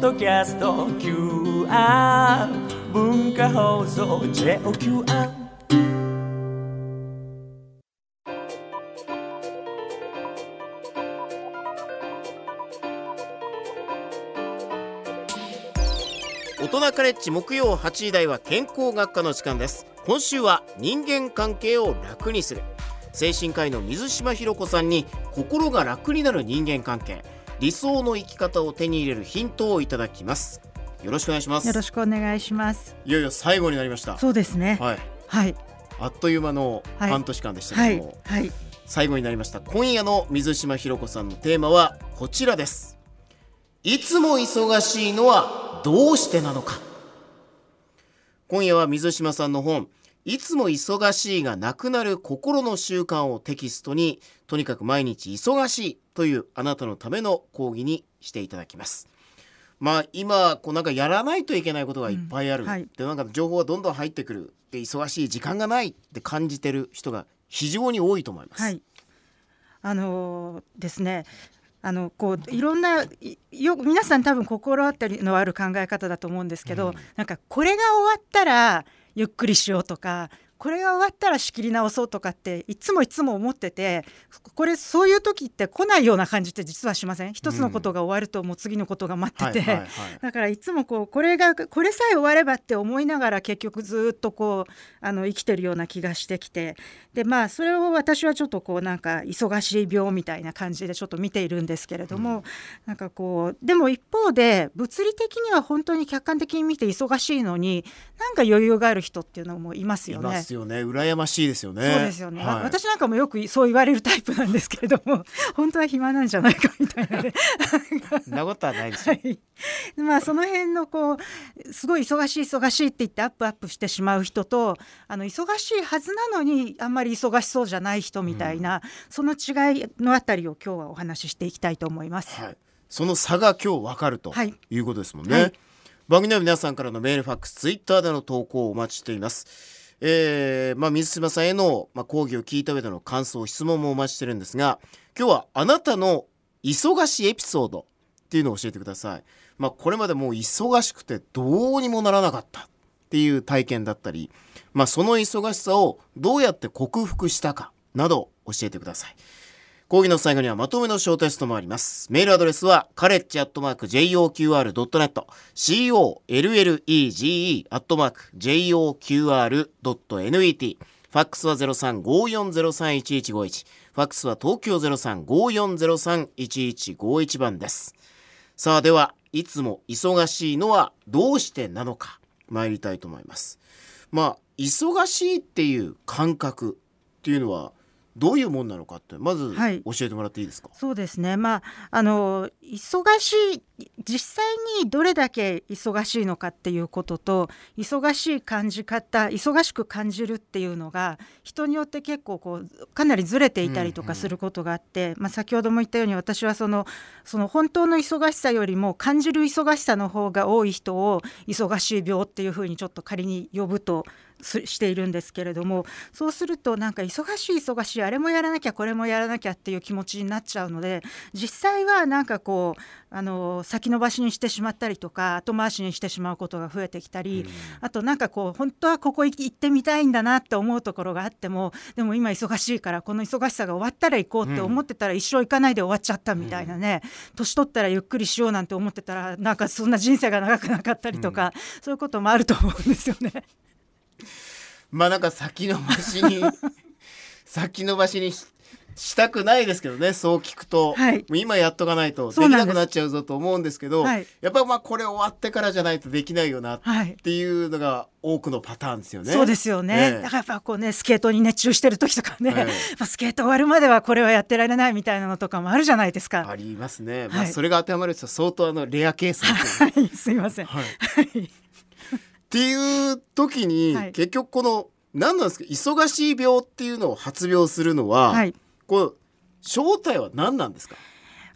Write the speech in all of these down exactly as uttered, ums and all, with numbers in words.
ドキャスト キューアール 文化放送 ジェイオーキューアール。 大人カレッジ木曜はちじ台は健康学科の時間です。今週は人間関係を楽にする、精神科医の水島ひろ子さんに心が楽になる人間関係、理想の生き方を手に入れるヒントをいただきます。よろしくお願いします。 よろしくお願いします。 いよいよ最後になりました。 そうですね、 はい、 はい、 あっという間の半年間でしたけども、 はいはいはい、 最後になりました。今夜の水島ひろ子さんのテーマはこちらです。いつも忙しいのはどうしてなのか。今夜は水島さんの本、いつも忙しいがなくなる心の習慣をテキストに、とにかく毎日忙しいというあなたのための講義にしていただきます。まあ今こうなんかやらないといけないことがいっぱいある、うん、はい、でなんか情報がどんどん入ってくる、で忙しい時間がないって感じてる人が非常に多いと思います。 はい、あのー、ですねあのこういろんなよ皆さん多分心当たりのある考え方だと思うんですけど、うん、なんかこれが終わったらゆっくりしようとか、これが終わったら仕切り直そうとかっていつもいつも思ってて、これそういう時って来ないような感じって実はしません？一つのことが終わるともう次のことが待ってて、だからいつもこうこれがこれさえ終わればって思いながら結局ずっとこうあの生きてるような気がしてきて、でまあそれを私はちょっとこうなんか忙しい病みたいな感じでちょっと見ているんですけれども、うん、なんかこうでも一方で物理的には本当に客観的に見て忙しいのになんか余裕がある人っていうのもいますよね。 いますよね。羨ましいですよね。 そうですよね、 はい、 私なんかもよくそう言われるタイプなんですけれども本当は暇なんじゃないかみたいなねそんなことはないですよ、はい、 まあその辺のこうすごい忙しい忙しいって言ってアップアップしてしまう人と、あの忙しいはずなのにあんまり忙しそうじゃない人みたいな、うん、その違いのあたりを今日はお話ししていきたいと思います。 はい、その差が今日分かるということですもんね。はいはい、番組では皆さんからのメール、ファックス、ツイッターでの投稿をお待ちしています。えーまあ、水島さんへの、まあ、講義を聞いた上での感想、質問もお待ちしてるんですが、今日はあなたの忙しいエピソードっていうのを教えてください。まあ、これまでもう忙しくてどうにもならなかったっていう体験だったり、まあ、その忙しさをどうやって克服したかなど教えてください。講義の最後にはまとめの小テストもあります。メールアドレスはカレッジアットマーク ジェイオーキューアールドットネット コーレッジ アットマーク ジェイオーキューアールドットネット ファックスは ゼロさん ごーよんゼロさん いちいちごいち、ファックスは東京 ゼロさん ごーよんゼロさん いちいちごいち番です。さあではいつも忙しいのはどうしてなのか参りたいと思います。まあ忙しいっていう感覚っていうのはどういうもんなのかってまず教えてもらっていいですか？ はい、そうですね、まあ、あの忙しい実際にどれだけ忙しいのかっていうことと、忙しい感じ方、忙しく感じるっていうのが人によって結構こうかなりずれていたりとかすることがあって、うんうん、まあ、先ほども言ったように私はその、その本当の忙しさよりも感じる忙しさの方が多い人を忙しい病っていうふうにちょっと仮に呼ぶとしているんですけれども、そうするとなんか忙しい忙しいあれもやらなきゃこれもやらなきゃっていう気持ちになっちゃうので、実際はなんかこうあの先延ばしにしてしまったりとか後回しにしてしまうことが増えてきたり、うん、あとなんかこう本当はここ行ってみたいんだなって思うところがあっても、でも今忙しいからこの忙しさが終わったら行こうって思ってたら一生行かないで終わっちゃったみたいなね、うん、年取ったらゆっくりしようなんて思ってたらなんかそんな人生が長くなかったりとか、うん、そういうこともあると思うんですよね。 まあなんか先延ばしに先延ばしに し, したくないですけどね、そう聞くと、はい、もう今やっとかないとできなくなっちゃうぞと思うんですけど、はい、やっぱりまあこれ終わってからじゃないとできないよなっていうのが多くのパターンですよね。 そうですよね、ね、だからやっぱこうねスケートに熱中してる時とかね、はい、まあ、スケート終わるまではこれはやってられないみたいなのとかもあるじゃないですか。 ありますね、まあ、それが当てはまると相当あのレアケースですよね。はい、すいません、はいっていう時に、はい、結局この何なんですか、忙しい病っていうのを発病するのは、はい、こう正体は何なんですか？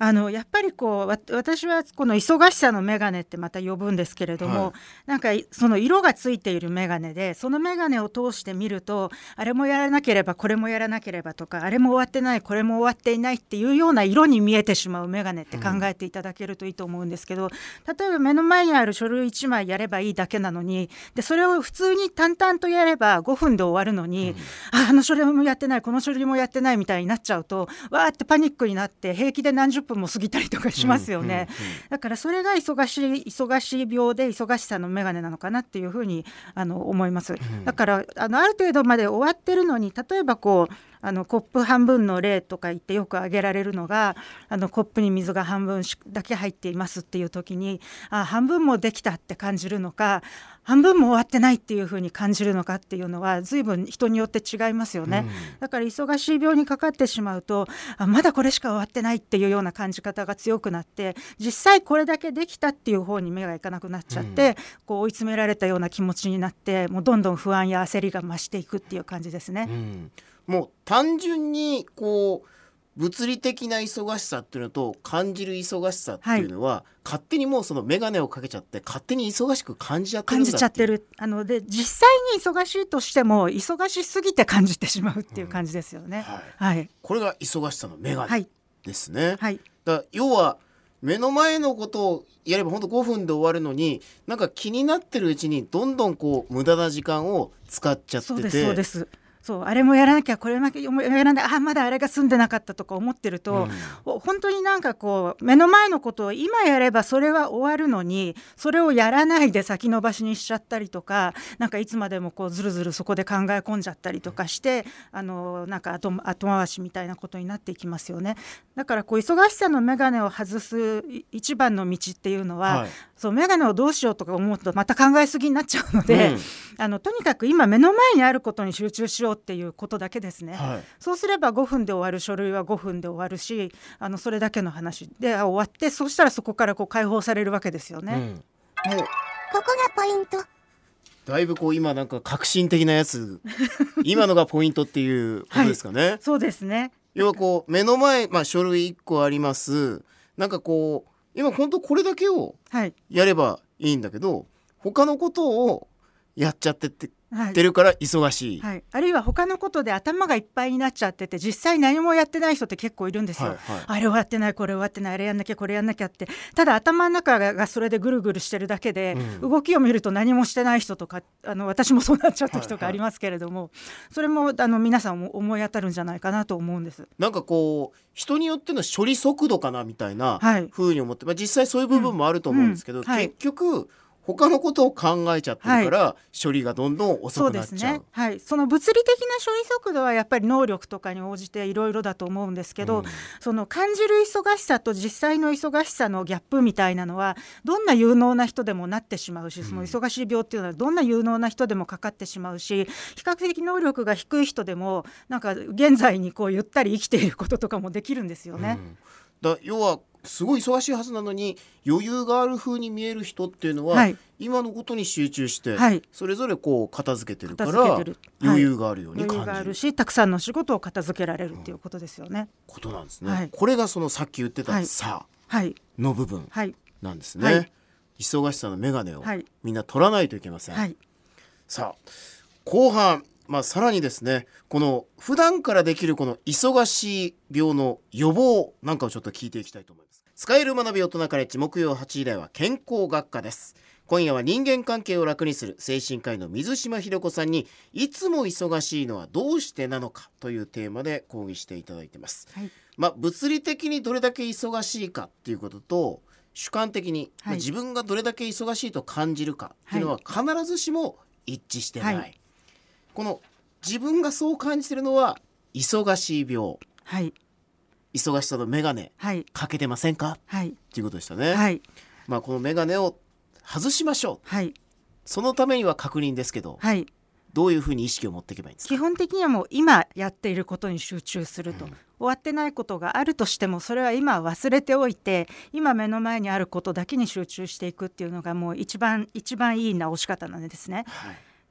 あのやっぱりこう私はこの忙しさのメガネってまた呼ぶんですけれども、はい、なんかその色がついているメガネでそのメガネを通して見るとあれもやらなければこれもやらなければとかあれも終わってないこれも終わっていないっていうような色に見えてしまうメガネって考えていただけるといいと思うんですけど、うん、例えば目の前にある書類いちまいやればいいだけなのにでそれを普通に淡々とやればごふんで終わるのに、うん、あ, あの書類もやってないこの書類もやってないみたいになっちゃうとわーってパニックになって平気で何十分も過ぎたりとかしますよね、うんうんうん、だからそれが忙しい忙しい病で忙しさのメガネなのかなっていうふうにあの思います、うん、だからあのある程度まで終わってるのに例えばこうあのコップ半分の例とか言ってよく挙げられるのがあのコップに水が半分だけ入っていますっていう時にあ半分もできたって感じるのか半分も終わってないっていう風に感じるのかっていうのは随分人によって違いますよね、うん、だから忙しい病にかかってしまうとあまだこれしか終わってないっていうような感じ方が強くなって実際これだけできたっていう方に目がいかなくなっちゃって、うん、こう追い詰められたような気持ちになってもうどんどん不安や焦りが増していくっていう感じですね、うん、 もう単純にこう物理的な忙しさっていうのと感じる忙しさっていうのは、はい、勝手にもうその眼鏡をかけちゃって勝手に忙しく感じちゃってるんだって感じちゃってるあので実際に忙しいとしても忙しすぎて感じてしまうっていう感じですよね、うんはいはい、 これが忙しさの眼鏡ですね、 はい、 だから要は目の前のことをやればほんとごふんで終わるのになんか気になってるうちにどんどんこう無駄な時間を使っちゃっててそうですそうですそうあれもやらなきゃこれもやらなきゃあまだあれが済んでなかったとか思ってると、うん、本当になんかこう目の前のことを今やればそれは終わるのにそれをやらないで先延ばしにしちゃったりとかなんかいつまでもこうずるずるそこで考え込んじゃったりとかしてあのなんか 後, 後回しみたいなことになっていきますよね。だからこう忙しさの眼鏡を外す一番の道っていうのは、はい、そう眼鏡をどうしようとか思うとまた考えすぎになっちゃうので、うん、あのとにかく今目の前にあることに集中しようっていうことだけですね、はい、そうすればごふんで終わる書類はごふんで終わるしあのそれだけの話で終わってそうしたらそこからこう解放されるわけですよね、うんはい、ここがポイントだいぶこう今なんか革新的なやつ今のがポイントっていうことですかね、はい、 そうですね要はこう目の前、まあ、書類いっこありますなんかこう今本当これだけをやればいいんだけど、はい、他のことをやっちゃってっててるから忙しい、 はいはい、あるいは他のことで頭がいっぱいになっちゃってて実際何もやってない人って結構いるんですよ、はいはい、あれ終わってないこれ終わってないあれやんなきゃこれやんなきゃってただ頭の中がそれでぐるぐるしてるだけで、うん、動きを見ると何もしてない人とかあの私もそうなっちゃった人がありますけれども、はいはい、それもあの皆さんも思い当たるんじゃないかなと思うんです。 なんかこう人によっての処理速度かなみたいな風に思って、はいまあ、実際そういう部分もあると思うんですけど、うんうんはい、結局他のことを考えちゃってるから、はい、処理がどんどん遅くなっちゃう。そうですね、 はい、その物理的な処理速度はやっぱり能力とかに応じていろいろだと思うんですけど、うん、その感じる忙しさと実際の忙しさのギャップみたいなのはどんな有能な人でもなってしまうしその忙しい病っていうのはどんな有能な人でもかかってしまうし比較的能力が低い人でもなんか現在にこうゆったり生きていることとかもできるんですよね、 うん、だ要はすごい忙しいはずなのに余裕がある風に見える人っていうのは、はい、今のことに集中して、はい、それぞれこう片付けてるから余裕があるように感じる、 余裕があるしたくさんの仕事を片付けられるっていうことですよね、うん、 ことなんですね、はい、これがそのさっき言ってた差の部分なんですね、はいはい、忙しさの眼鏡をみんな取らないといけません、はい、さあ後半まあ、さらにですねこの普段からできるこの忙しい病の予防なんかをちょっと聞いていきたいと思います。使える学び大人カレッジ木曜はちじ台は健康学科です。今夜は人間関係を楽にする精神科医の水島ひろ子さんにいつも忙しいのはどうしてなのかというテーマで講義していただいています、はいまあ、物理的にどれだけ忙しいかっていうことと主観的に、はいまあ、自分がどれだけ忙しいと感じるかっていうのは必ずしも一致してない、はいこの自分がそう感じているのは忙しい病、はい、忙しさの眼鏡、はい、かけてませんか、はい、っていうことでしたね、はいまあ、この眼鏡を外しましょう、はい、そのためには確認ですけど、はい、どういうふうに意識を持っていけばいいんですか。 基本的にはもう今やっていることに集中すると、うん、終わってないことがあるとしてもそれは今忘れておいて今目の前にあることだけに集中していくっていうのがもう一番一番いい直し方なんですね、はい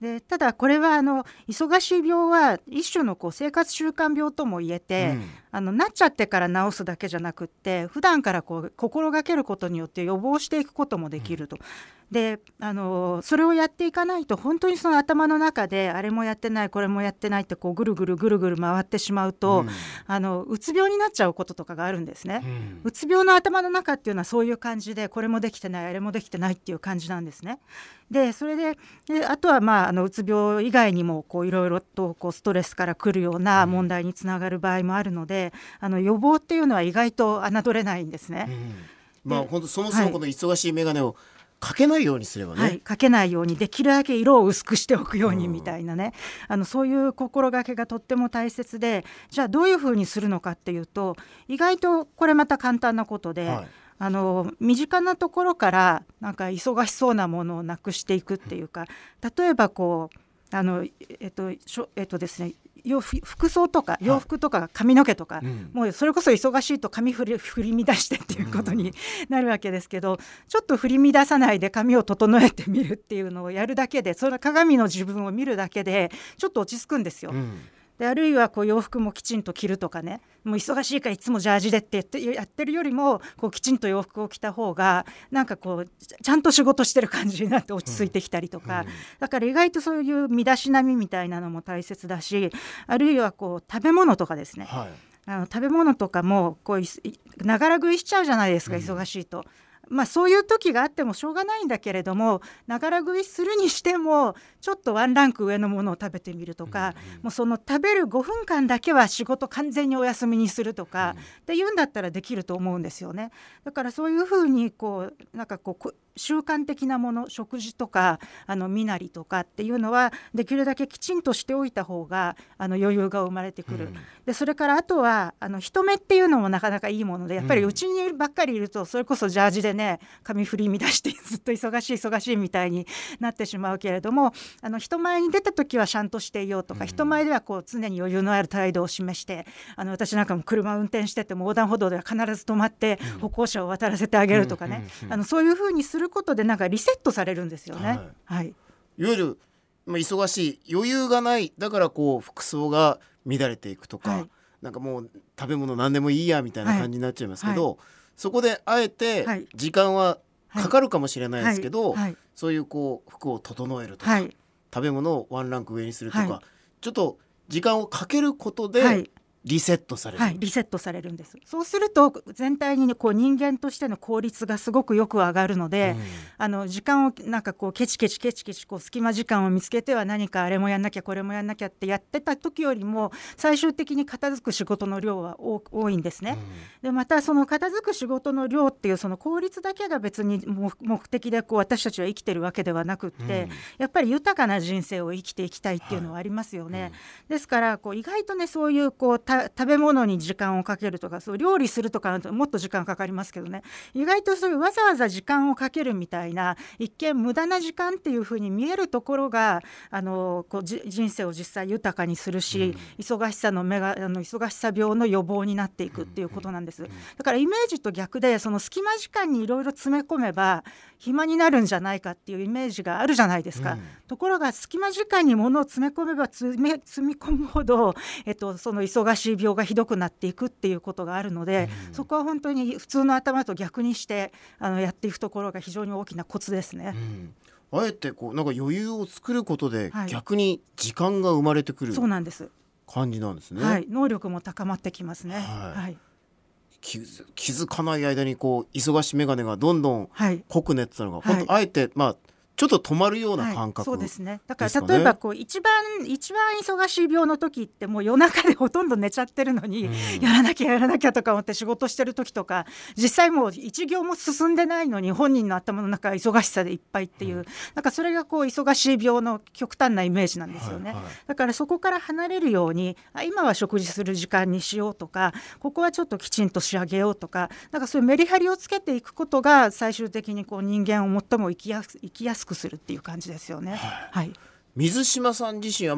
でただこれはあの忙しい病は一種のこう生活習慣病とも言えて、うん、あのなっちゃってから治すだけじゃなくって普段からこう心がけることによって予防していくこともできると、うん、であのそれをやっていかないと本当にその頭の中であれもやってないこれもやってないってこうぐるぐるぐるぐる回ってしまうと、うん、あのうつ病になっちゃうこととかがあるんですね、うん、うつ病の頭の中っていうのはそういう感じでこれもできてないあれもできてないっていう感じなんですね。でそれ で, であとは、まあ、あのうつ病以外にもいろいろとこうストレスから来るような問題につながる場合もあるので、うん、あの予防っていうのは意外と侮れないんですね、 うん、まあ本当そもそもこの忙しい眼鏡をかけないようにすればね、 はい、かけないようにできるだけ色を薄くしておくようにみたいなね、うん、あのそういう心がけがとっても大切で、じゃあどういうふうにするのかっていうと意外とこれまた簡単なことで、はい、あの身近なところからなんか忙しそうなものをなくしていくっていうか、例えばこうあのえっとしょえっとですね服装とか洋服とか髪の毛とか、はい、もうそれこそ忙しいと髪振り、振り乱してっていうことになるわけですけど、うん、ちょっと振り乱さないで髪を整えてみるっていうのをやるだけで、その鏡の自分を見るだけでちょっと落ち着くんですよ、うん、であるいはこう洋服もきちんと着るとかね、もう忙しいからいつもジャージでってやってるよりもこうきちんと洋服を着た方がなんかこうちゃんと仕事してる感じになって落ち着いてきたりとか、うんうん、だから意外とそういう身だしなみみたいなのも大切だし、あるいはこう食べ物とかですね、はい、あの食べ物とかもこうながら食いしちゃうじゃないですか、忙しいと、うん、まあ、そういう時があってもしょうがないんだけれども、ながら食いするにしてもちょっとワンランク上のものを食べてみるとか、うんうん、もうその食べるごふんかんだけは仕事完全にお休みにするとか、うん、っていうんだったらできると思うんですよね。だからそういうふうにこうなんかこう習慣的なもの、食事とかあの身なりとかっていうのはできるだけきちんとしておいた方があの余裕が生まれてくる、うん、でそれからあとはあの人目っていうのもなかなかいいもので、やっぱりうちにばっかりいるとそれこそジャージでね髪振り乱してずっと忙しい忙しいみたいになってしまうけれども、あの人前に出た時はちゃんとしていようとか、うん、人前ではこう常に余裕のある態度を示して、あの私なんかも車を運転してても横断歩道では必ず止まって歩行者を渡らせてあげるとかね、うん、あのそういうふうにすることでなんかリセットされるんですよね、はいはい、 いわゆる、まあ、忙しい余裕がない、だからこう服装が乱れていくとか、はい、なんかもう食べ物何でもいいやみたいな感じになっちゃいますけど、はい、そこであえて時間はかかるかもしれないですけど、はいはいはい、そういうこう服を整えるとか、はい、食べ物をワンランク上にするとか、はい、ちょっと時間をかけることで、はい、リセットされる、 はい、リセットされるんです。そうすると全体にこう人間としての効率がすごくよく上がるので、うん、あの時間をなんかこうケチケチケチケチこう隙間時間を見つけては何かあれもやんなきゃこれもやんなきゃってやってた時よりも最終的に片付く仕事の量は多いんですね、うん、でまたその片付く仕事の量っていうその効率だけが別に目的でこう私たちは生きてるわけではなくって、うん、やっぱり豊かな人生を生きていきたいっていうのはありますよね、はい、うん、ですからこう意外とねそういうこう食べ物に時間をかけるとか、そう料理するとかもっと時間かかりますけどね、意外とそういうわざわざ時間をかけるみたいな一見無駄な時間っていう風に見えるところがあのこうじ人生を実際豊かにするし、うん、忙しさの目があの忙しさ病の予防になっていくっていうことなんです。だからイメージと逆でその隙間時間にいろいろ詰め込めば暇になるんじゃないかっていうイメージがあるじゃないですか、うん、ところが隙間時間に物を詰め込めば詰め積み込むほど、えっと、その忙しい病がひどくなっていくっていうことがあるので、うん、そこは本当に普通の頭と逆にしてあのやっていくところが非常に大きなコツですね、 うん、あえてこうなんか余裕を作ることで逆に時間が生まれてくる、はい、 そうなんです感じなんですね、 はい、能力も高まってきますね、 はいはい、気づ、気づかない間にこう忙し眼鏡がどんどん濃くなってたのが、はい、本当あえてまあちょっと止まるような感覚、 はい、そうですね。だから例えばこう一番一番忙しい病の時ってもう夜中でほとんど寝ちゃってるのに、うん、やらなきゃやらなきゃとか思って仕事してる時とか、実際もう一行も進んでないのに本人の頭の中は忙しさでいっぱいっていう、うん、なんかそれがこう忙しい病の極端なイメージなんですよね、はいはい、だからそこから離れるように、あ今は食事する時間にしようとか、ここはちょっときちんと仕上げようとか、なんかそういうメリハリをつけていくことが最終的にこう人間を最も生きやす、生きやすくするっていう感じですよね、はいはい、 水島さん自身はまあ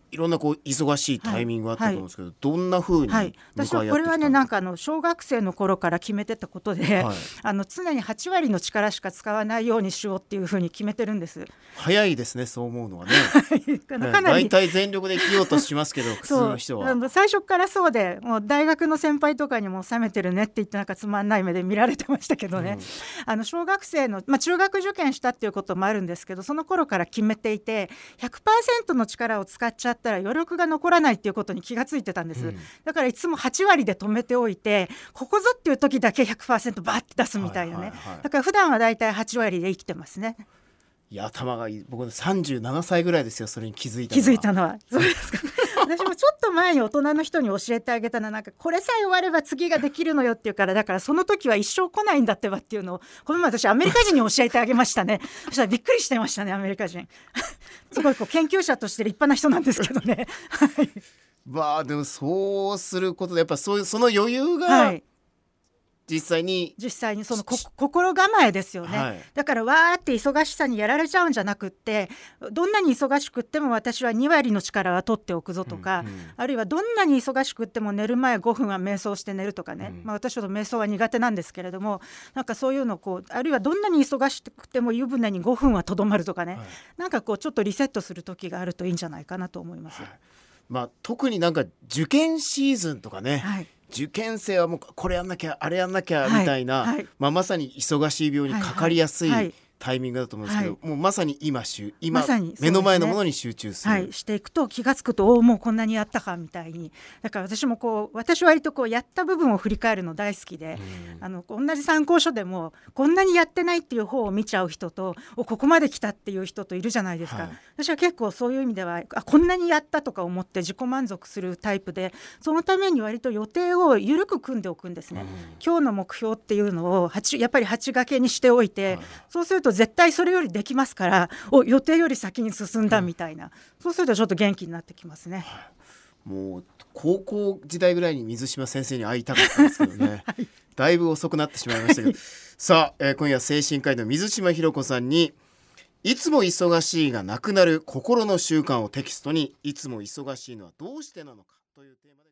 いろんなこう忙しいタイミングがあったと思うんですけど、はい、どんな風に向かい合ってきたんですか？ はい、私はこれはねなんかあの小学生の頃から決めてたことで、はい、あの常にはち割の力しか使わないようにしようっていう風に決めてるんです。 早いですねそう思うのはねかなり大体全力で生きようとしますけど普通の人は最初からそうでもう大学の先輩とかにも冷めてるねって言ってなんかつまんない目で見られてましたけどね、うん、あの小学生の、まあ、中学受験したっていうこともあるんですけどその頃から決めていて ひゃくパーセント の力を使っちゃったら余力が残らないっていうことに気がついてたんです、うん、だからいつもはち割で止めておいてここぞっていう時だけ ひゃくパーセント バーって出すみたいなね、はいはいはい、だから普段はだいたいはち割で生きてますね。 いや頭がいい。僕さんじゅうななさいぐらいですよそれに気づいたのは。 気づいたのはそうですか私もちょっと前に大人の人に教えてあげたのはなんかこれさえ終われば次ができるのよっていうからだからその時は一生来ないんだってばっていうのをこの前私アメリカ人に教えてあげましたねそしたらびっくりしてましたねアメリカ人すごいこう研究者として立派な人なんですけどねまあでもそうすることでやっぱそういうその余裕が、はい、実際に実際にそのこ心構えですよね、はい、だからわーって忙しさにやられちゃうんじゃなくってどんなに忙しくっても私はに割の力は取っておくぞとか、うんうん、あるいはどんなに忙しくっても寝る前ごふんは瞑想して寝るとかね、うんまあ、私は瞑想は苦手なんですけれどもなんかそういうのこうあるいはどんなに忙しくても湯船にごふんはとどまるとかね、はい、なんかこうちょっとリセットする時があるといいんじゃないかなと思います、はいまあ、特になんか受験シーズンとかね、はい受験生はもうこれやんなきゃあれやんなきゃみたいな、はいはいまあ、まさに忙しい病にかかりやすい、はいはいタイミングだと思うんですけど、はい、もうまさに今週今、まね、目の前のものに集中する、 はい、していくと気がつくとおもうこんなにやったかみたいにだから私もこう私割とこうやった部分を振り返るの大好きであの同じ参考書でもこんなにやってないっていう方を見ちゃう人とおここまで来たっていう人といるじゃないですか、はい、私は結構そういう意味ではあこんなにやったとか思って自己満足するタイプでそのために割と予定を緩く組んでおくんですね、うん、今日の目標っていうのをはちやっぱりはち掛けにしておいて、はい、そうすると絶対それよりできますからお予定より先に進んだみたいな、うん、そうするとちょっと元気になってきますね、 はい、もう高校時代ぐらいに水島先生に会いたかったんですけどね、はい、だいぶ遅くなってしまいましたけどさあ、えー、今夜精神科医の水島ひろ子さんにいつも忙しいがなくなる心の習慣をテキストにいつも忙しいのはどうしてなのかというテーマで